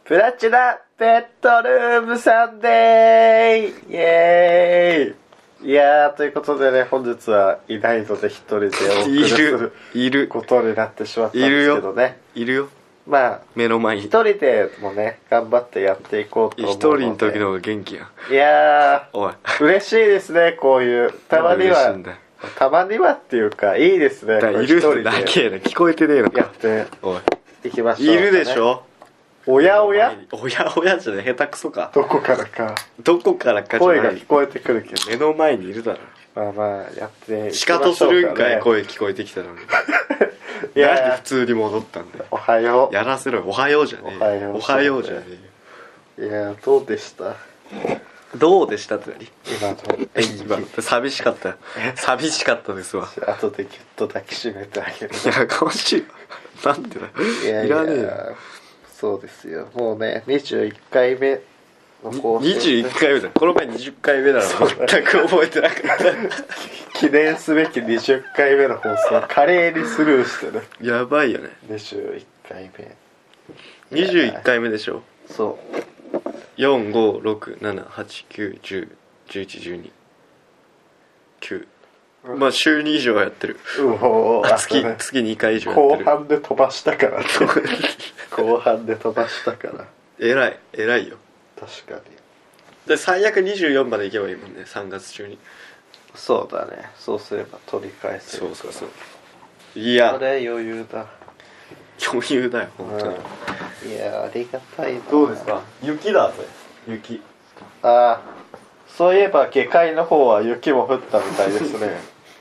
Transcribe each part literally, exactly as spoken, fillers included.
プラチナベッドルームサンデーイエーイ。いやー、ということでね、本日はいないので一人でお送りするいることになってしまったんですけどね。 いるよまあ目の前に一人でもね頑張ってやっていこうと思うので。 一人の時の方が元気やん。 いやおいー嬉しいですね、こういうたまにはたまにはっていうかいいですね。 だいるだけやな、聞こえてねえのかやっておいいきましょう、 いるでしょ。 おやおやおやおやじゃね、下手くそか。 どこからかどこからかじゃない、 声が聞こえてくるけど、 目の前にいるだろ。 まあまあやっていきましょうかね。 しかとするんかい、声聞こえてきたのにいやなんで普通に戻ったんだよ。 おはよう。 やらせろよ。おはようじゃねえおはようおはようじゃねえよ。 いやどうでした、 どうでしたって何今の演技。 今寂しかったよ。寂しかったですわ。 後でギュッと抱きしめてあげる。 やかましいわ。なんでだよ。 いやいいらねえよ。 やそうですよ、もうねにじゅういっかいめの更新にじゅういっかいめだ。この前にじゅっかいめなの全く覚えてなかった記念すべきにじゅっかいめの放送を華麗にスルーしてね。 やばいよね。 にじゅういっかいめにじゅういっかいめでしょ。 そうよん、ご、ろく、なな、はち、きゅう、じゅう、じゅういち、じゅうに、きゅう。まあ週に以上やってる。 うおー月ね月にかい以上やって後る。 半で飛ばしたからね後半で飛ばしたから偉い偉いよ。 確かにで最悪にじゅうよんまでいけばいいもんね、さんがつ中に。 そうだね、そうすれば取り返せる。 そうそうそう。いやこれ余裕だ。 余裕だよ本当に、 うん、いやありがたいな。 どうですか。雪だぜ雪。 ああそういえば下界の方は雪も降ったみたいですね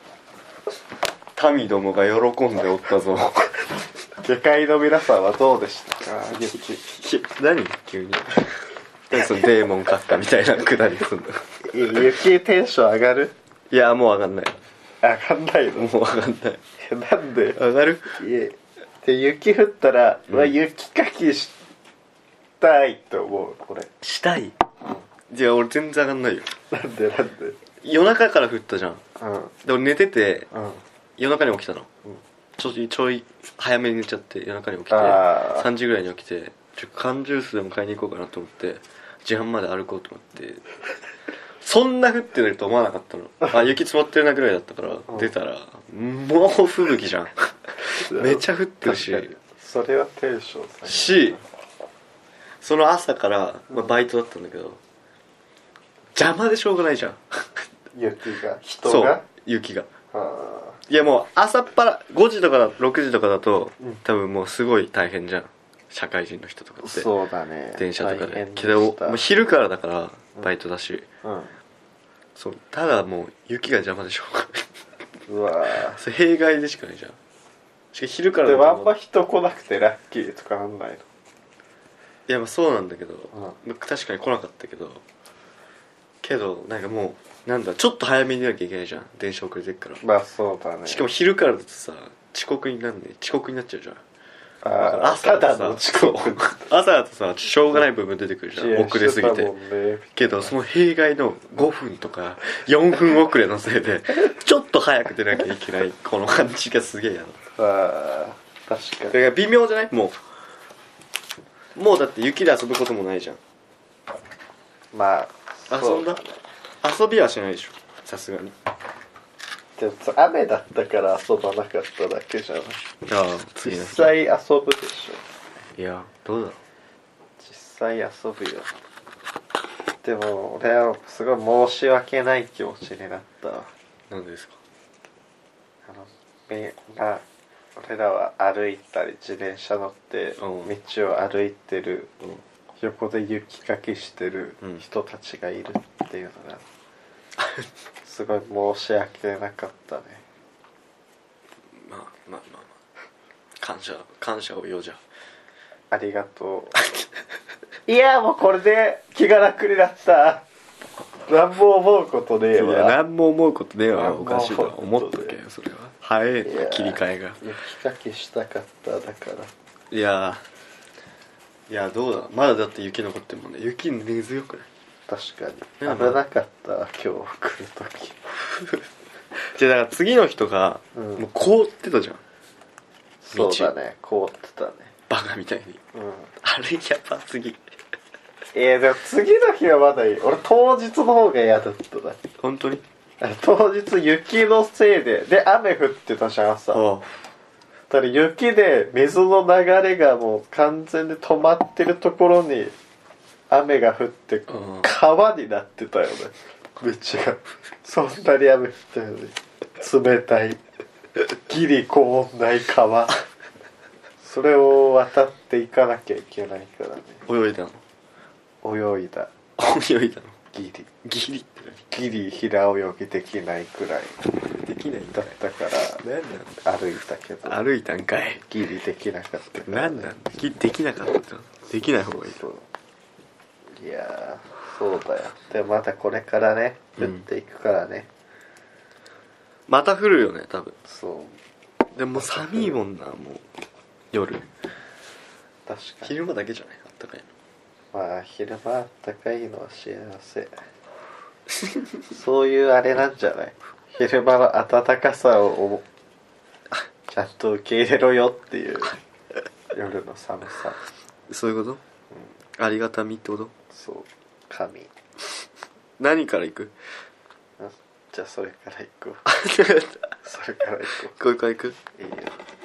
民どもが喜んでおったぞ下界の皆さんはどうでしたか、雪。 何急に何そのデーモン閣下みたいなくだりすんの雪テンション上がる？ いやもう上がんない。 上がんないの？ もう上がんない。 なんで？ 上がる？ いえで雪降ったら、うん、まあ、雪かきしたいと思う。これしたい。いや俺全然上がんないよ。 なんでなんで？ 夜中から降ったじゃん。うん。で俺寝てて、うん、夜中に起きたの。うん、ちょいちょい早めに寝ちゃって夜中に起きてさんじぐらいに起きて、ちょ缶ジュースでも買いに行こうかなと思って自販まで歩こうと思ってそんな降ってると思わなかったの。あ雪積もってるなぐらいだったから、うん、出たらもう吹雪じゃんめっちゃ降ってるし、 それはテンション下し、その朝から、まあ、バイトだったんだけど邪魔でしょうがないじゃん雪が人がそう雪が。いやもう朝っぱらごじとかろくじとかだと、うん、多分もうすごい大変じゃん社会人の人とかって。 そうだね、 電車とかで。けどもう昼からだからバイトだし、うんうん、そうただもう雪が邪魔でしょうわそれ弊害でしかないじゃん。しかも昼からでもあんま人来なくてラッキーとかなんないの？ いやまあそうなんだけど、うん、確かに来なかったけどけどなんかもうなんだちょっと早めに出なきゃいけないじゃん、電車遅れてるから。 まあそうだね。 しかも昼からだとさ遅刻になんね遅刻になっちゃうじゃん。 あ朝だとさ遅刻朝だとさしょうがない部分出てくるじゃん遅れすぎて、ね、けどその弊害のごふんとかよんぷん遅れのせいでちょっと早く出なきゃいけないこの感じがすげえやだ。 あ確かに。 だから微妙じゃない？もうもうだって雪で遊ぶこともないじゃん。 まあ遊んだ？遊びはしないでしょさすがに。 でも雨だったから遊ばなかっただけじゃない。 ああ次の実際遊ぶでしょ。いやどうだろう。 実際遊ぶよ。でも俺はすごい申し訳ない気持ちになった。 なんでですか？ あのみんな俺らは歩いたり自転車乗って道を歩いてる、うん、横で雪かきしてる人たちがいるっていうのが、うんすごい申し訳なかったね。 まあまあまあまあ感謝感謝を言おうじゃ。 ありがとういやもうこれで気が楽になった。何も思うことねえわ。 いや何も思うことねえわ。おかしいわ。思っとけよそれは。早い切り替えが。 雪かきしたかっただから。 いやいやどうだまだだって雪残ってるもんね。雪根強くない？ 確かに危なかった今日来る時じゃだから次の人が、うん、もう凍ってたじゃん。 そうだね凍ってたね。 バカみたいに、 うん、 あれやばすぎ。 えー、でも次の日はまだいい。俺当日の方が嫌だったな。 本当に？ 当日雪のせいでで雨降ってたじゃん朝。 ああ、 だから雪で水の流れがもう完全に止まってるところに雨が降って川になってたよね、道が。そんなに雨降ったよね。冷たいギリ凍んない川。それを渡っていかなきゃいけないからね。 泳いだの？ 泳いだ。 泳いだの？ ギリギリギリ平泳ぎできないくらいできないんだだったからなん歩いたけど歩いたんかい。 ギリできなかったから、 なんなんでできなかったの？できない方がいい。 そういやーそうだよ。でまたこれからね降っていくからね、 また降るよね多分。 そうでも寒いもんな、もう夜。 確かに昼間だけじゃないあったかいの。 まあ昼間あったかいのは幸せ。そういうあれなんじゃない？昼間の暖かさをちゃんと受け入れろよっていう夜の寒さ。 そういうこと、うん、ありがたみってこと？ そう神。 何から行く？ じゃあそれから行こう。それから行こう。 これから行く？ いいよ。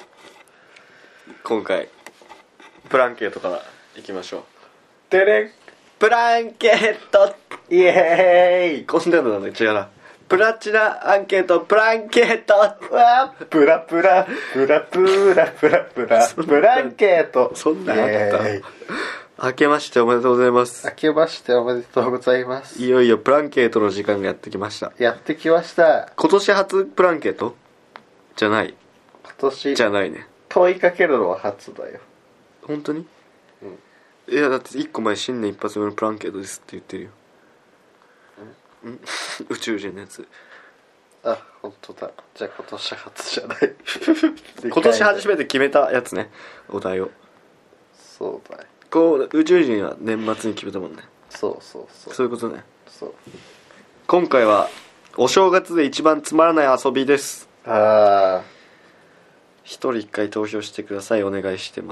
今回プランケートから行きましょう。 てれんプランケートイエーイ。 こんなのなんだ違うな。プラチナアンケートプランケートわープラプラプラプラプラプラプランケート。 そんなんあった？明けましておめでとうございます。 明けましておめでとうございます。 いよいよプランケートの時間がやってきました。 やってきました。 今年初プランケートじゃない。 今年じゃないね。 問いかけるのは初だよ。 本当に？ うん。 いやだっていっこまえ新年一発目のプランケートですって言ってるよ。うん、宇宙人のやつ。 あ、本当だ。じゃあ今年初じゃない。 今年初めて決めたやつね、お題を。 そうだよ。 こう宇宙人は年末に決めたもんね。 そうそうそう。 そういうことね。 そう。 今回はお正月で一番つまらない遊びです。 ああ。 一人一回投票してください。お願いしてます。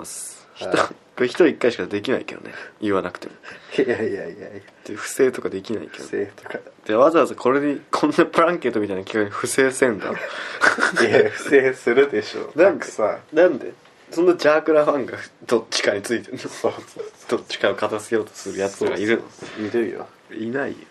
これ一人一回しかできないけどね、言わなくても。 いやいやいやいや。 で不正とかできないけど。 不正とか。 でわざわざこれにこんなプランケートみたいな企画に不正せんだろ。 いや不正するでしょ。 なんでさ。 なんでそんな邪悪なファンがどっちかについてるの？ そうそうそう。 どっちかを片付けようとするやつがいるの？ そうそうそういるよ。 いないよ。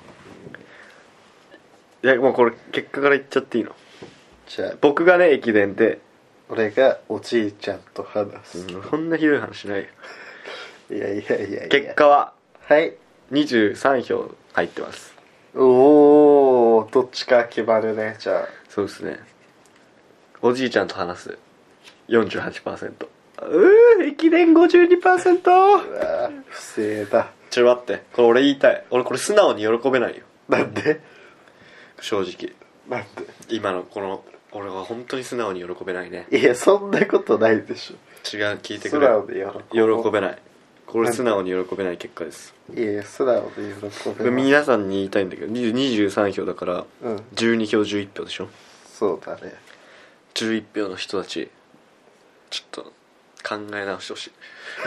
いやもうこれ結果から言っちゃっていいの？ じゃあ僕がね駅伝で俺がおじいちゃんと話す、 うん、そんなひどい話しないよ。 いやいやいやいや。 結果ははいにじゅうさん票入ってます。 おお、どっちか決まるね。じゃあそうですね。おじいちゃんと話す よんじゅうはちパーセント。 うー駅伝 ごじゅうにパーセント。 うわ不正だ。 ちょっと待って、これ俺言いたい。俺これ素直に喜べないよ。 なんで？ 正直なんで？ 今のこの俺は本当に素直に喜べないね。 いやそんなことないでしょ。 違う、聞いてくれ。 素直で喜ぶ。 喜べない。これ素直に喜べない結果です。 いや素直で喜べない。 皆さんに言いたいんだけどにじゅうさん票だからうんじゅうに票じゅういち票でしょ。 そうだね。 じゅういち票の人たちちょっと考え直してほしい。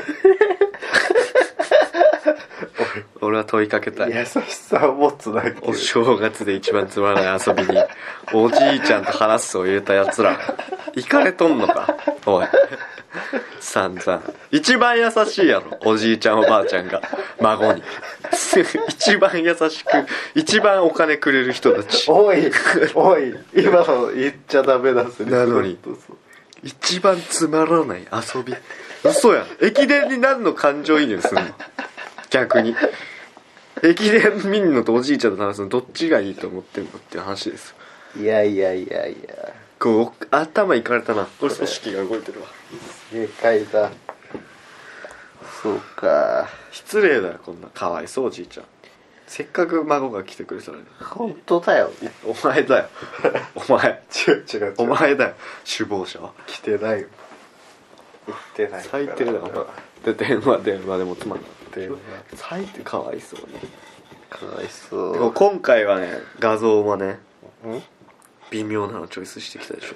俺は問いかけたい。 優しさを持つだけ。 お正月で一番つまらない遊びにおじいちゃんと話すを入れたやつらイカれとんのかおい。散々一番優しいやろおじいちゃんおばあちゃんが孫に一番優しく一番お金くれる人たち。 おいおい今の言っちゃダメだぜ。 なのに一番つまらない遊び。嘘やん。駅伝に何の感情移入すんの？逆に駅伝見んのとおじいちゃんと話すのどっちがいいと思ってんのっていう話です。 いやいやいやいやこう頭いかれたな。これ組織が動いてるわ。 正解だ。そうか。 失礼だよこんな。かわいそうおじいちゃん。せっかく孫が来てくれたのに。 本当だよね。 お前だよお前違う違う違う。 お前だよ首謀者は。 来てないよ。言ってないから。 最低だよお前。で電話電話でもつまんない電話最低。かわいそうに。 かわいそう。 でも今回はね画像もねん微妙なのチョイスしてきたでしょ。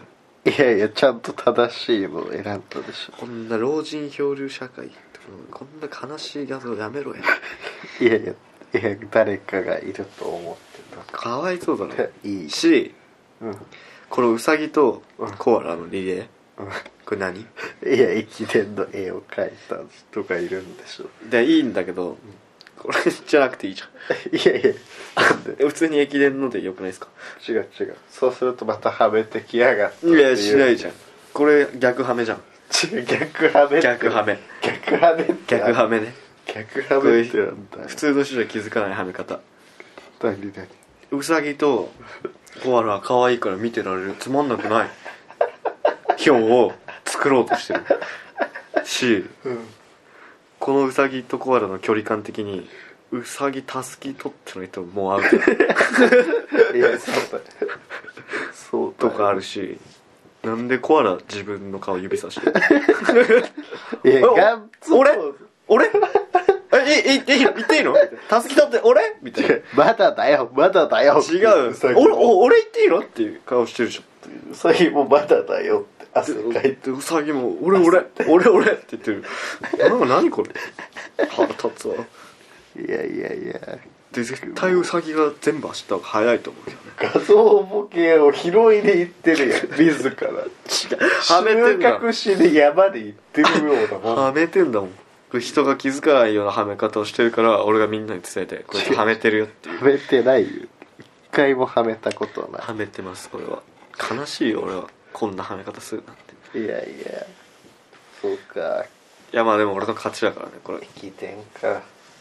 いやいやちゃんと正しいのを選んだでしょ。 こんな老人漂流社会こんな悲しい画像やめろや。 いやいやいや誰かがいると思ってた。 かわいそうだねいいし、 うん、 このウサギとコアラのリレー、うん、これ何？いや駅伝の絵を描いた人がいるんでしょ。 でいいんだけど、うん、これじゃなくていいじゃん。 いやいやなんで普通に駅伝のでよくないですか？ 違う違う、そうするとまたはめてきやがっていやしないじゃん。これ逆はめじゃん。 違う逆はめ逆はめ逆はめ逆はめね。 逆はめってなんだ。 普通の人じゃ気づかないはめ方。 何何ウサギとコアラ可愛いから見てられる。つまんなくない表を作ろうとしてるし、うん、このウサギとコアラの距離感的にウサギたすき取ってないともうアウトいやそうだそうだとかあるし、なんでコアラ自分の顔指さしていやガンツ俺俺え、え、え、言っていいの？たすき取って俺みたいな。 まだだよまだだよ。 違う。俺俺言っていいのっていう顔してるでしょ。 ウサギもまだだよって汗かいて、 ウサギも俺俺俺俺って言ってる。何これ腹立つわ。 いやいやいやで絶対ウサギが全部走った方が早いと思うけどね。 画像ボケを拾いで言ってるやん自ら。違うはめてんだ。 収穫しで山で言ってるようなもん。 はめてんだもん。人が気づかないようなはめ方をしてるから俺がみんなに伝えてこいつはめてるよっていう。 はめてないよ。一回もはめたことはない。 はめてますこれは。悲しいよ俺はこんなはめ方するなんて。 いやいやそうか。 いやまあでも俺の勝ちだからねこれ。 駅伝か。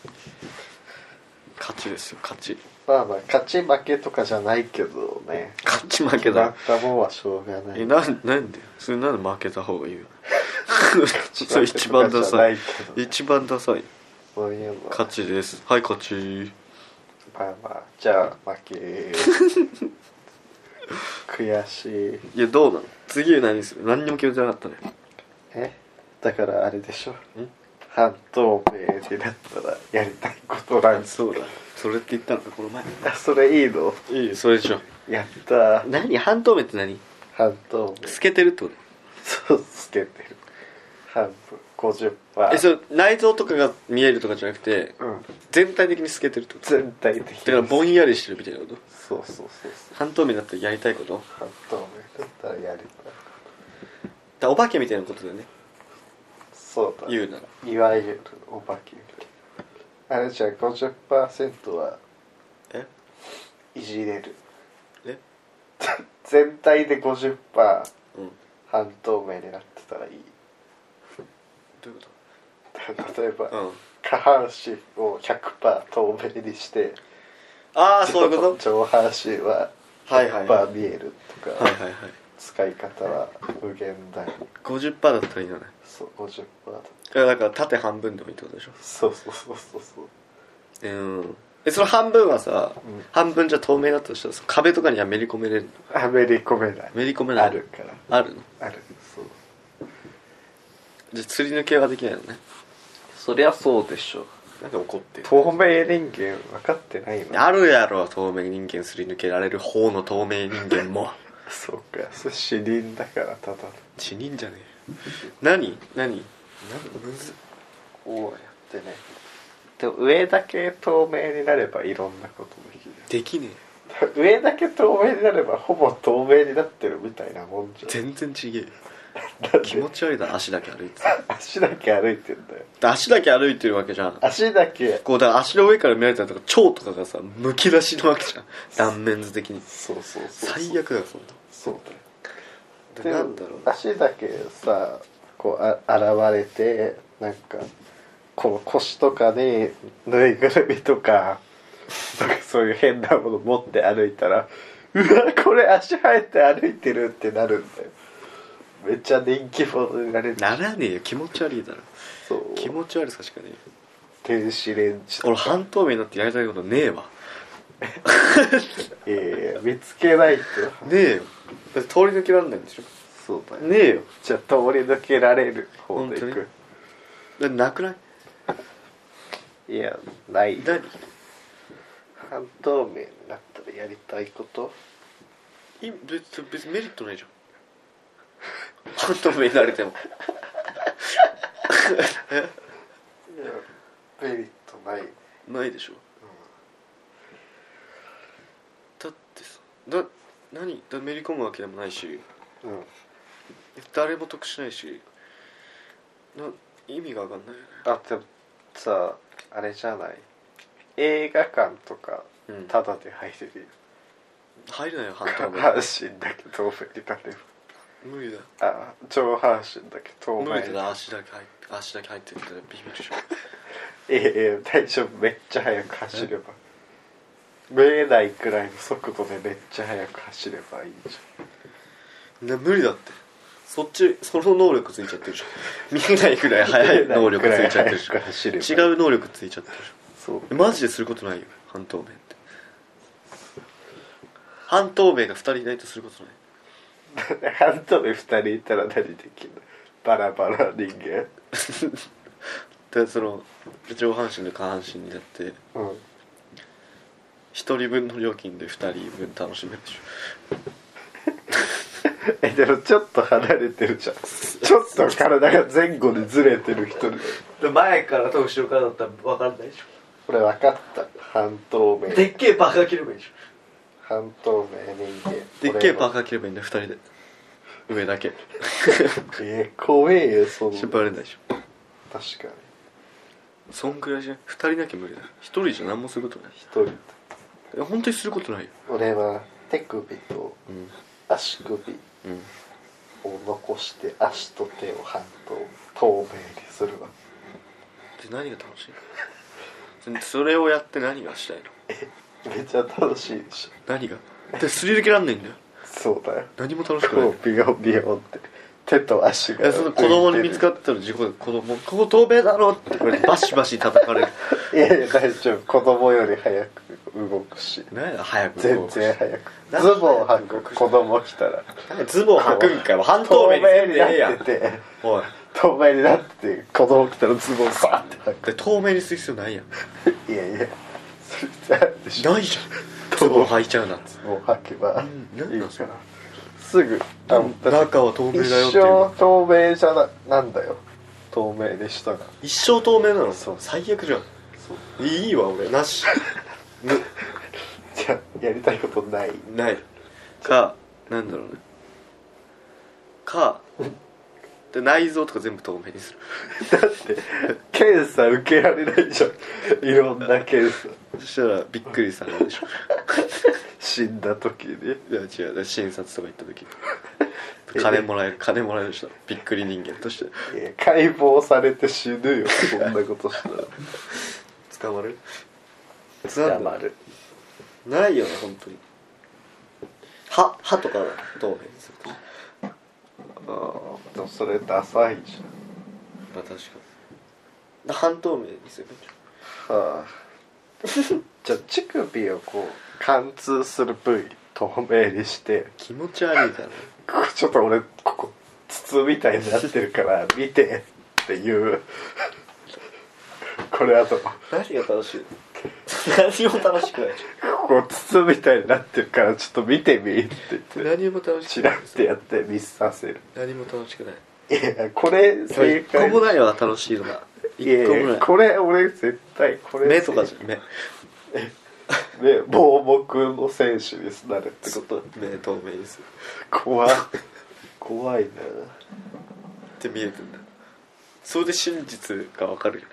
勝ちですよ勝ち。 まあまあ勝ち負けとかじゃないけどね。 勝ち負けだ。 負ったもんはしょうがない。 えななんでそれなんで負けた方がいいよ。それ一番ダサい。一番ダサい。 そういうの勝ちです。はい勝ち。 まあまあじゃあ負け。悔しい。 いやどうなの次何する？何にも決めてなかったね。 えだからあれでしょ。半透明になったらやりたいことなん。 そうだそれって言ったのかこの前。 あそれいいの？ いいそれでしょ。 やった何半透明って何？ 半透明透けてるってこと？ そう透けてる半分 ごじゅっパーセント。 えそれ内臓とかが見えるとかじゃなくて、うん、全体的に透けてるってこと？ 全体的にだからぼんやりしてるみたいなこと？ そうそうそうそう。 半透明だったらやりたいこと？ 半透明だったらやりたいだお化けみたいなことだよね。 そうだ言うならいわゆるお化けみたいな。あれじゃあ ごじゅっパーセント はえいじれる。 え全体で ごじゅっパーセント、 うん、 半透明になってたらいい。 どういうこと例えば、 うん、 下半身を ひゃくパーセント 透明にしてああそういうこと。 上半身は ひゃくパーセント 見えるとか、 はいはいはい、 使い方は無限大。 ごじゅっパーセント だったらいいのね。 そう ごじゅっパーセントいやだから縦半分でもいいってことでしょ。 そうそうそうそうそう。 うんえその半分はさ、うん、半分じゃ透明だったとしたら壁とかにはめり込めれるの？ あめり込めない。 めり込めない。 あるからあるの？ ある。そうじゃあ釣り抜けはできないのね。 そりゃそうでしょ。 なんで怒ってる？ 透明人間分かってないの？ あるやろ透明人間すり抜けられる方の透明人間もそうかそれ死人だからただ死人じゃねえ何何何むずこうやってね。でも上だけ透明になればいろんなことできる。 できねえ上だけ透明になればほぼ透明になってるみたいなもんじゃん。 全然ちげえ気持ち悪いだ足だけ歩いて足だけ歩いてんだよ。 足だけ歩いてるわけじゃん。 足だけこうだから足の上から見られたりとか腸とかがさむき出しなわけじゃん断面図的に。 そうそうそう最悪だよそんな。 そうだよ。 でなんだろう足だけさこうあ現れてなんかこの腰とかにぬいぐるみとかなんかそういう変なもの持って歩いたらうわこれ足生えて歩いてるってなるんだよ。めっちゃ人気者になれる。 ならねえよ気持ち悪いだろ。 そう気持ち悪さしかねえよ。 電子レンジ俺半透明になってやりたいことねえわいやいや見つけないとねえよ。だって通り抜けられないんでしょ。 そうだよねえよ。 じゃあ通り抜けられる方でいく。 だってなくない？ いやない。 何？ 半透明になったらやりたいこと？ い別別にメリットないじゃん。 半透明になれてもいやメリットないないでしょ、うん、だってさだ何だめり込むわけでもないし、うん、誰も得しないしな意味が分かんないよね。 だってさあれじゃない映画館とかタダで入れるよ、 うん、入れないよ半透明下半身だけ透明になれば無理だ。 あ上半身だけ透明に無理だ。足だけ入って足だけ入ってるってビビるでしょいやいや大丈夫めっちゃ速く走れば見えないくらいの速度でめっちゃ速く走ればいいじゃん。ね無理だって。そっちその能力ついちゃってるじゃん。見えないくらい速い能力ついちゃってるじゃん。違う能力ついちゃってるじゃん。そうマジですることないよ半透明って。半透明がふたりいないとすることない。 半透明ふたりいたら何できるの？バラバラ人間でその上半身と下半身になって、うん、ひとりぶんの料金でふたりぶん楽しめるでしょえでもちょっと離れてるじゃんちょっと体が前後でずれてる人で前からと後ろからだったら分かんないでしょ。 これ分かった。半透明でっけえパーカー着ればいいでしょ。 半透明人間でっけえパーカー着ればいいんだよふたりで上だけえー、怖えよそんな縛れないでしょ。 確かにそんくらいじゃふたりだけ無理だ。ひとりじゃ何もすることない。 ひとり本当にすることないよ。 俺は手首と足首を残して足と手を半透明にするわ。 で何が楽しいのそれをやって何がしたいの？ えめっちゃ楽しいでしょ。 何がでスリルけらんないんだよ。 そうだよ。 何も楽しくない。 ビヨンビヨンって手と足がその子供に見つかったら事故で子供ここ透明だろってこれバシバシ叩かれるいやいや大丈夫子供より早く動くし何や早く全然早くズボンを履く子供来たらズボン履くんかよ半透明にせんでええやん。 おい透明になってて子供来たらズボンサーって履くで透明にする必要ないやん。 いやいやそれでしょないじゃんズボン履いちゃうなってズボン履けばいいからすぐ中は透明だよっていう。 一生透明じゃななんだよ透明でしたが一生透明なの。 そう最悪じゃん。そういいわ俺なしじゃあやりたいことないないかなんだろうねかで内臓とか全部透明にするだって検査受けられないじゃんいろんな検査そしたらびっくりされるでしょ死んだ時に。 いや違う診察とか行った時金もらえる金もらえる人びっくり人間として。 いや解剖されて死ぬよそんなことしたら捕まる捕まるないよね本当に。歯歯とか透明にするとああでもそれダサいじゃん。 まあ確かに半透明にするじゃんはあじゃあ乳首をこう貫通する部位透明にして気持ち悪いだろ。 ここちょっと俺ここ筒みたいになってるから見てっていうこれあと何が楽しい何も楽しくない。 ここ筒みたいになってるからちょっと見てみって言って何も楽しくチラってやって見させる。 何も楽しくない。 いやこれ正解。 一個もないわ楽しいのが。 いやいやこれ俺絶対これ目とかじゃん目目盲目の選手になるってこと。 目透明にする。 怖い怖いなって見えてんだ。それで真実が分かるよね。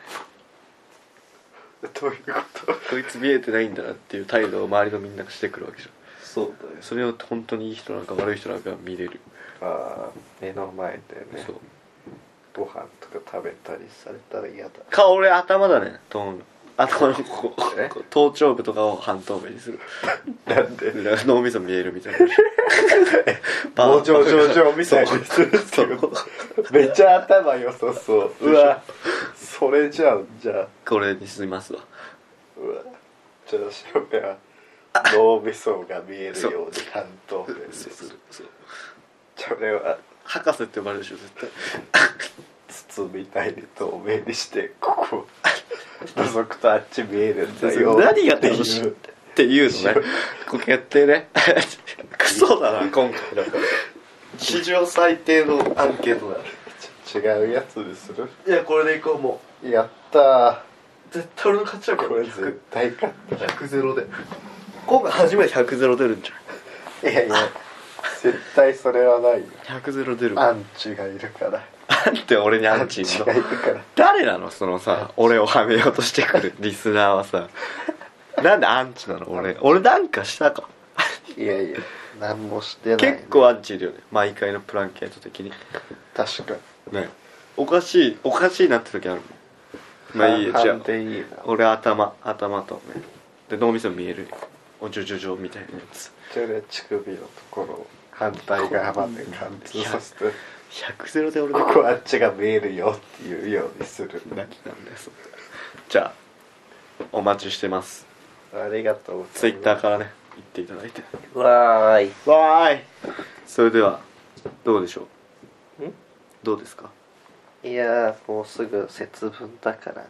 どういうことこいつ見えてないんだなっていう態度を周りのみんながしてくるわけじゃん。 そうだよ。 それを本当にいい人なんか悪い人なんか見れる。 ああ目の前でね。 そうご飯とか食べたりされたら嫌だ。 か俺頭だねと思う。頭のここ頭頂部とかを半透明にする。 なんで脳みそ見えるみたいな。 棒状状状みたいにするっていう。めっちゃ頭良さそう。うわそれじゃんじゃあこれにしますわ。 うわじゃあしょうが脳みそが見えるように半透明にする。そうそれは博士って呼ばれるでしょ絶対。 筒みたいに透明にしてここ覗くとあっち見えるんだよ。 何が楽しいっていうのね。こうやってねクソだな今回の史上最低のアンケートだ。 違うやつにする？ いやこれでいこう。もうやったー。 絶対俺の勝ちだから。 これ絶対勝った。 ひゃくゼロで今回初めてひゃくゼロ出るんじゃん。いやいや絶対それはないよ。 ひゃくゼロ出る。 アンチがいるから。 なんで俺にアンチいるの？がいるから誰なのそのさ、俺をはめようとしてくるリスナーはさ。なんでアンチなの？俺俺なんかしたか？ いやいや何もしてない、 ね、結構アンチいるよね毎回のプランケート的に。 確かにね。おかしいおかしいなって時あるもん。まあいいよ。じゃあ俺頭頭とねで脳みそ見えるおじょじょじょみたいなやつ。 それで乳首のところを反対側まで貫通させてひゃくゼロで俺でここあっちが見えるよっていうようにする。 何なんだよそれ。じゃあお待ちしてます。 ありがとうございます。 ツイッターからね言っていただいて。 わーいわーい。それではどうでしょう？んどうですか？ いやーもうすぐ節分だからね。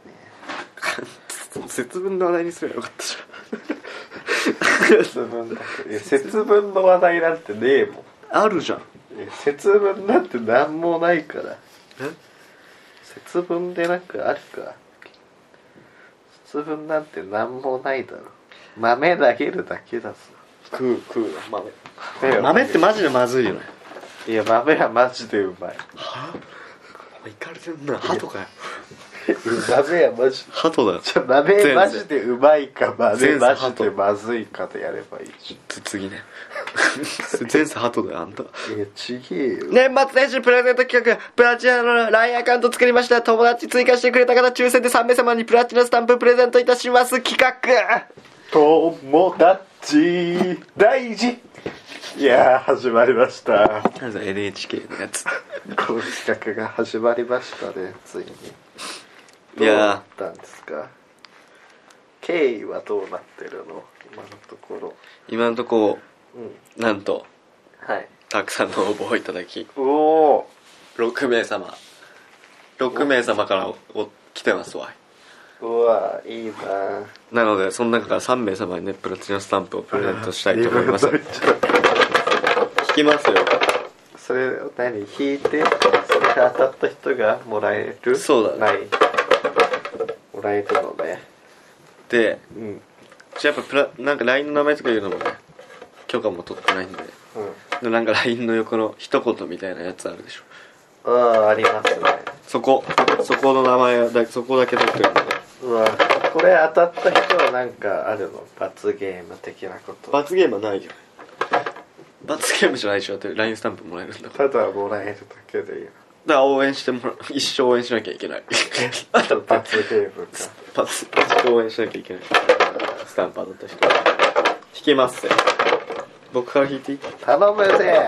節分の話題にすればよかったじゃん。節分だけど節分の話題なんてねえもん。 あるじゃん。 節分なんてなんもないから。え？節分でなんかあるか？節分なんてなんもないだろ。豆投げるだけだぞ。 食う食う豆。豆豆ってマジでまずいよね。 いや豆はマジでうまい。 はぁ？いかれてんな。鳩かよ。 豆はマジで鳩だよ。 じゃ豆マジでうまいか豆マジでまずいかでやればいいじゃん。 次ね。前世鳩だよあんた。 いやちげえよ。 年末年始プレゼント企画プラチナの ライン アカウント作りました。友達追加してくれた方抽選でさんめいさまにプラチナスタンププレゼントいたします企画。 友達大事。いやー始まりました。 エヌエイチケー のやつ。 この企画が始まりましたねついに。 いやーどうなったんですか？経緯はどうなってるの今のところ？ 今のところ、 うん、 なんとはいたくさんの応募をいただき、 おおろくめいさまろくめいさまからおお来てますわ。 うわいいな。 なのでその中からさんめいさまにねプラチナスタンプをプレゼントしたいと思います。引きますよ。 それ何引いてそれ当たった人がもらえる？ そうだね。 ないもらえるのね。 で、 うん、 じゃあやっぱプラなんか ライン の名前とか言うのもね許可も取ってないんで、うん、でなんか ライン の横の一言みたいなやつあるでしょ。 ああありますね。 そこそこの名前だそこだけ取ってるんで。 うわこれ当たった人はなんかあるの？罰ゲーム的なこと？ 罰ゲームはないよ。罰ゲームじゃないでしょ。だって ライン スタンプもらえるんだから。 ただもらえるだけでいいの？ だから応援してもらう。一生応援しなきゃいけない。 罰ゲームか。 罰一生応援しなきゃいけない。スタンプ当たった人引きますよ。僕から引いていい？ 頼むぜ。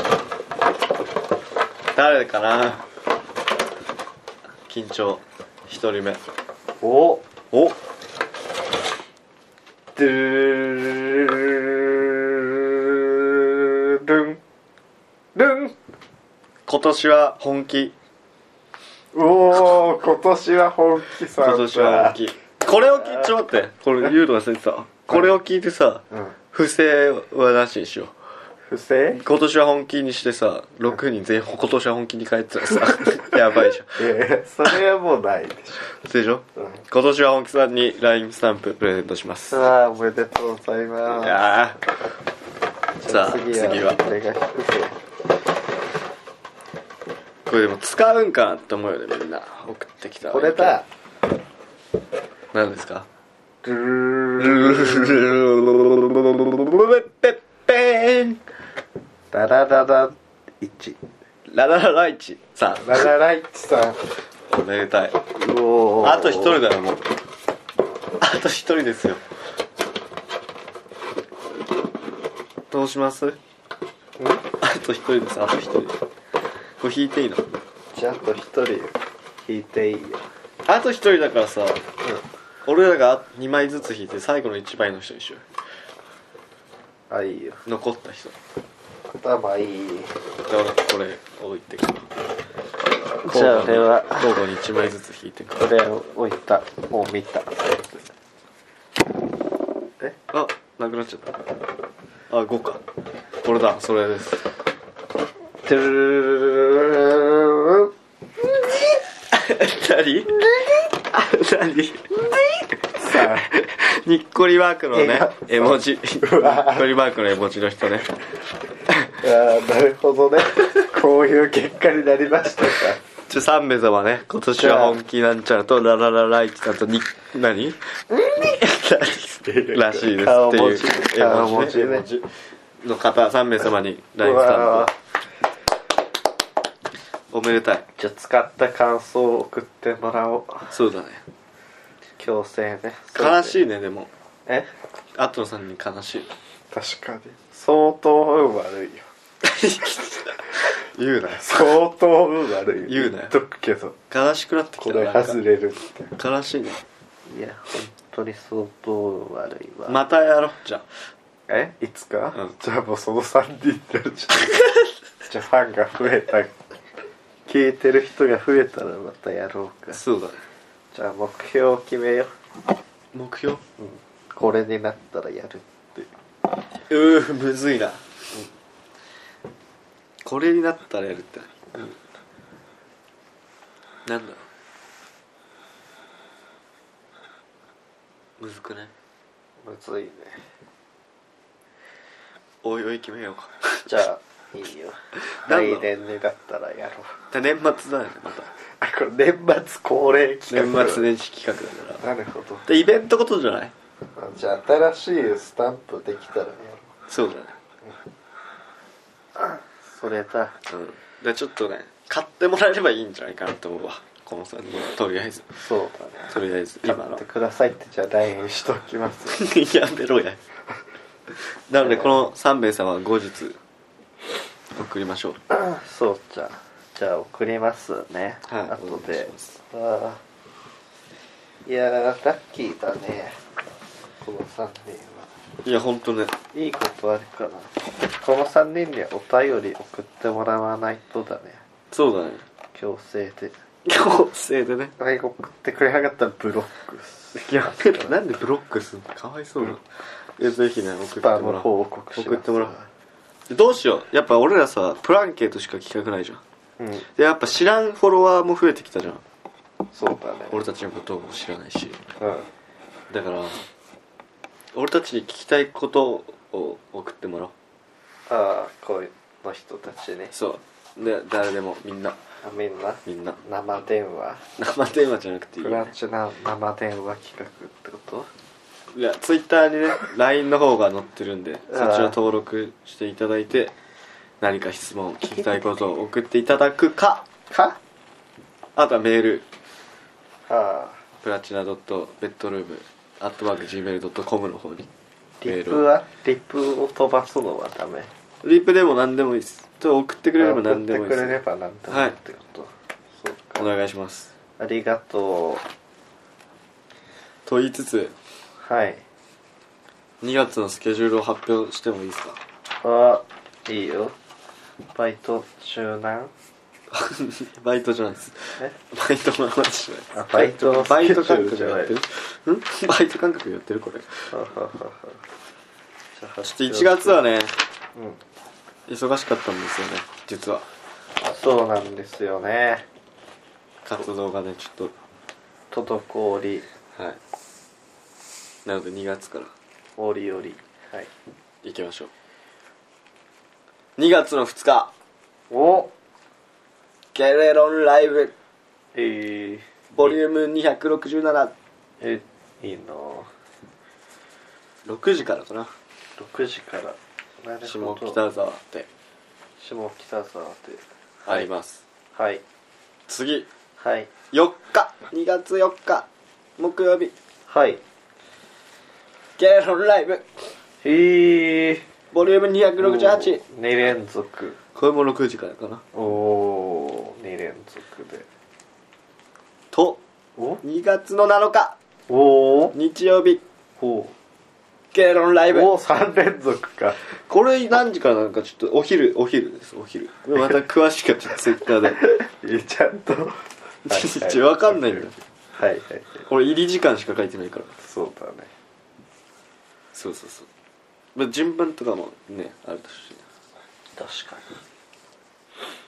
誰かな。緊張。一人目。 おおドゥルンルン。 今年は本気。 おお今年は本気さんだ。 今年は本気。これを聞いてちょっと待って。これ言うの忘れてた。これを聞いてさ、うん、不正はなしにしよう。 不正？ 今年は本気にしてさ、ろくにん全員今年は本気に帰ってたらさやばいじゃん。 いやいやそれはもうないでしょ。 でしょ、うん、今年は本気さんに ライン スタンププレゼントします。 ああおめでとうございます。 いやさあ次は次は俺が引くぜ。 これでも使うんかなって思うよねみんな送ってきた。 これだ。 何ですか？ ルルルルペッペーンララララいちララララいちさんラララいちさんおめでたい。 おーあと一人だよもう。あと一人ですよ。どうします？ん？あと一人です。あと一人。これ引いていいの？ じゃああと一人引いていいよ。 あと一人だからさ、うん、俺らがにまいずつ引いて最後のいちまいの人にしよう。あいいよ。 残った人。 頭いい。 だからこれ置いてくる。 じゃあ俺は交互にいちまいずつ引いてくる。 これを置いた。もう見た。え？ あ、なくなっちゃった。あ、ごか。これだ、それです。 トゥルルルルル何何さあにっこりマークのね絵文字にっこりマークの絵文字の人ねあーなるほどねこういう結果になりましたかちょさん名様ね今年は本気なんちゃらとラララライチさんとに何らしいですっていう顔文字絵文字の方さん名様に ライン スタンプおめでたい。 じゃあ使った感想を送ってもらおう。 そうだね強制ね。 悲しいね。でもえアトロさんに悲しい。 確かに相当運悪いよ言うなよ相当運悪いよ言うなよ言っとくけど悲しくなってきた。 これ外れるって悲しいね。 いや本当に相当運悪いわ。 またやろうじゃあ。 えいつか、 うん、 じゃあもうそのさんにんでじゃじゃあファンが増えた聞いてる人が増えたらまたやろうか。 そうだね。 じゃあ目標を決めよう。目標、うん、 これになったらやるってうーむずいな、うん、これになったらやるって何、うん、なんだろう。むずくね。 むずいね。 おいおい決めようかじゃあいいよ来年になったらやろう。 で年末だよねまた。 あこれ年末恒例企画。 年末年始企画だから。 なるほど。 でイベントことじゃない。 じゃあ新しいスタンプできたらやろう。 そうだね、 うん、それだ。 うんでちょっとね買ってもらえればいいんじゃないかなと思うわこのさんにんとりあえず。 そうだね。 とりあえず今の買ってくださいってじゃあ ライン しときますやめろやなのでこのさん名様は後日送りましょう。 そうじゃあじゃあ送りますね、 はい、 後で。あいやーラッキーだねこのさんにんは。 いやほんとねいいことあるかな。このさんにんにはお便り送ってもらわないとだね。 そうだね強制で強制でね。 あれ送ってくれなかったらブロックすやめろ。なんでブロックすんのかわいそうな。いやぜひね送ってもらう。 報告します。 送ってもらう。どうしよう。やっぱ俺らさプランケートしか企画ないじゃん、うん、でやっぱ知らんフォロワーも増えてきたじゃん。 そうだね。 俺たちのことを知らないし、 うん、 だから俺たちに聞きたいことを送ってもらおう。 ああこういうの人たちね。 そうで誰でもみんなあみんなみんな生電話生電話じゃなくていい、ね、 プラチナ生電話企画ってこと。 いやツイッターにね ライン の方が載ってるんでそっちを登録していただいて何か質問聞きたいことを送っていただくかかあとはメールはあプラチナドットベッドルームアットマーク ジーメールドットコム の方にリップはリップを飛ばすのはダメ。 リップでも何でもいいですと送ってくれれば何でもいいです。 送ってくれれば何でもいいってこと、はい、そうかお願いします。 ありがとうと言いつつはいにがつのスケジュールを発表してもいいですか。 あいいよ。バイト中なんバイトじゃないです。 えバイトの話じゃない。 あバイトのバイト感覚じゃないやってるんバイト感覚やってるこれ。 ははははちょっといちがつはね、 うん、 忙しかったんですよね実は。 そうなんですよね。 活動がねちょっと滞りはいなのでにがつからおりおりはい行きましょう。にがつのふつかおゲレロンライブえー、 ボリュームにひゃくろくじゅうななえいいなろくじからかな。 ろくじからなるほど。 下北沢で下北沢であります、 はい、 次はいよっかにがつよっか木曜日はいゲレロンライブへえボリュームにひゃくろくじゅうはちに連続。 これもろくじからかな。 おおに連続でとおにがつのなのかおお日曜日ほゲレロンライブおさん連続か。 これ何時からなんかちょっとお昼お昼ですお昼また詳しくはちょっとツイッターでちゃんとはい分かんないんだよ。 はいはいはいこれ入り時間しか書いてないから。 そうだね。 そうそうそう、まあ、順番とかもねあるとし確か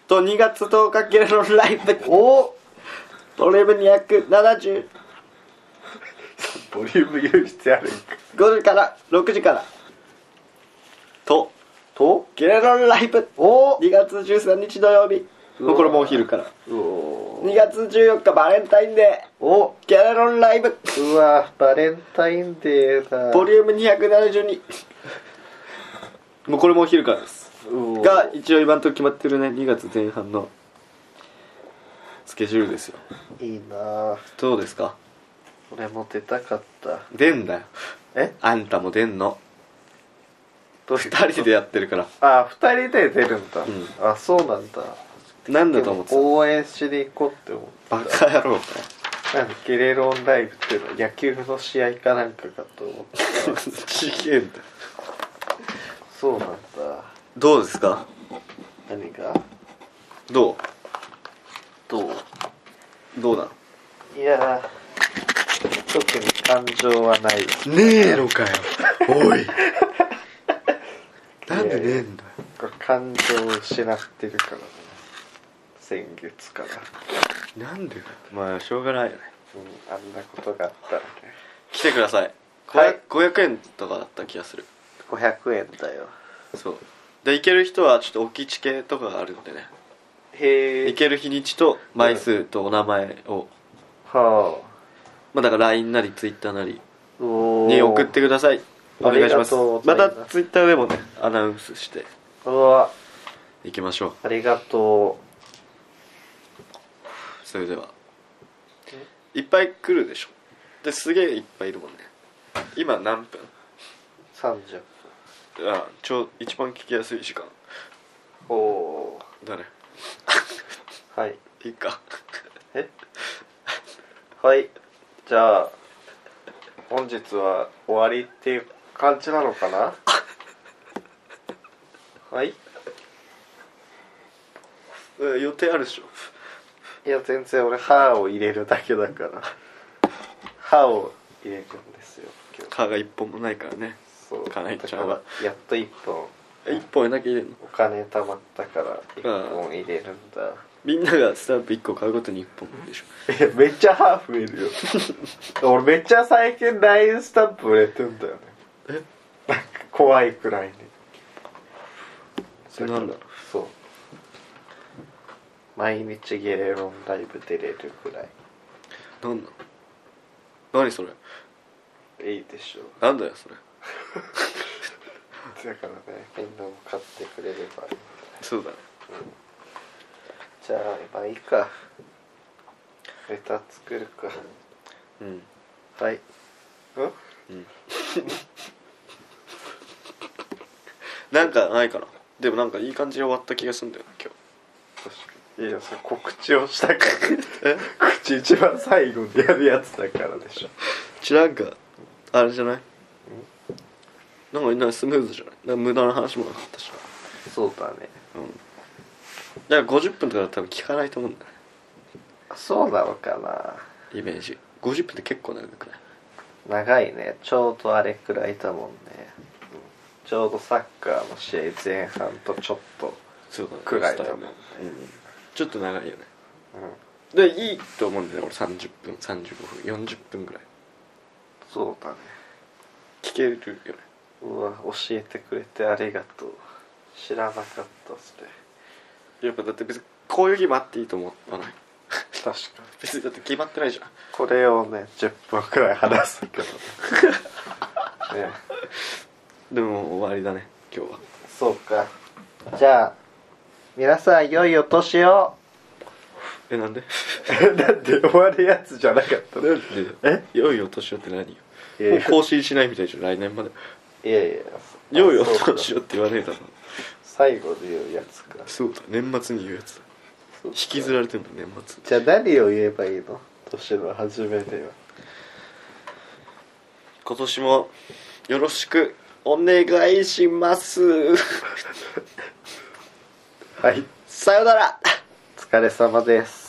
とにがつとおかゲレロンライブおボリュームにひゃくななじゅうボリューム言う必要あるんか。 ごじからろくじからととゲレロンライブおにがつじゅうさんにち土曜日、もうこれもうお昼から。 おにがつじゅうよっかバレンタインデーおゲレロンライブうわバレンタインデーだ。 ボリュームにひゃくななじゅうにもうこれもお昼からですが、一応今んとこ決まってるね、にがつぜん半のスケジュールですよ。 いいな。 どうですか？ 俺も出たかった。 出んだよ。 えあんたも出んの。 どう二人でやってるから。 あ二人で出るんだ、 うん、 あそうなんだ。 なんだと思ってた？ 応援しに行こうって思った。 バカ野郎か。 なんでゲレロンライブっていうのは野球の試合かなんかかと思ったちげえんだ。 そうなんだ。 どうですか？ 何がどうどうどうだ？ いやー特に感情はないねえのかよおいなんでねえんだよ。 これ感情を失ってるからね、先月から。 なんでだよ。まあしょうがないよね、 うん、あんなことがあったらね。 来てください。 はい、 ごひゃくえんとかだった気がする。 ごひゃくえんだよ。 そうで、行ける人はちょっと置きチケとかがあるんでね。 へえ。 行ける日にちと枚数とお名前を、 うん、はあ。 まあだから ライン なり Twitter なりおに送ってください。お願いします。また Twitter でもねアナウンスしてうわ行きましょう。 ありがとう。それではいっぱい来るでしょ。ですげえいっぱいいるもんね。今何分？ さんじゅっぷん。 ああ、ちょう一番聞きやすい時間。 おお誰？ はいいいか。 えはいじゃあ本日は終わりっていう感じなのかなはい予定あるでしょ。 いや全然俺歯を入れるだけだから歯を入れるんですよ今日。 歯が一本もないからね。 そうかなえちゃんはやっと一本一本だけ入れるの。 お金貯まったから一本入れるんだ。 みんながスタンプいっこ買うごとにいっぽんでしょ。 いやめっちゃ歯増えるよ俺めっちゃ最近 ライン スタンプ売れてんだよね。 えなんか怖いくらいに。 それなんだろう。 そう毎日ゲレロンライブ出れるくらい。 なんだ何それ。 いいでしょう。 なんだよそれだからねみんなも買ってくれればいい。 そうだね、 うんじゃあまあいいか。ネタ作るか。 うんはいうんうんなんかないかな。でもなんかいい感じで終わった気がするんだよ今日。 確かに。いやそれ告知をしたからえ口一番最後でやるやつだからでしょ。 ちなんかあれじゃない、なんかみんなスムーズじゃない。なんか無駄な話もなかったし。 そうだね。 うんだからごじゅっぷんとかだったら多分聞かないと思うんだね。 そうなのかな。 イメージごじゅっぷんって結構長くない？ 長いね。ちょうどあれくらいだもんね、うん、ちょうどサッカーの試合前半とちょっとくらいだもんね、うん、 ちょっと長いよね、 うん、 でいいと思うんだよね俺。さんじゅっぷんさんじゅうごふんよんじゅっぷんぐらいそうだね。 聞けるよね。 うわ教えてくれてありがとう。知らなかったそれ。 やっぱだって別にこういう日もあっていいと思わない？ 確かに別にだって決まってないじゃん。 これをねじゅっぷんくらい話すけどねねでも終わりだね今日は。 そうか。じゃあ皆さん良いお年を。 えなんでだって終わるやつじゃなかったの。 なんでえ良いお年をって何よ。もう更新しないみたいじゃん来年まで。 いやいや良いお年をって言わねえだろ。 最後で言うやつか。 そうだ年末に言うやつだ。引きずられてんだ年末。 じゃあ何を言えばいいの年の初めでは。 今年もよろしくお願いしますはいさよなら。 お疲れ様です。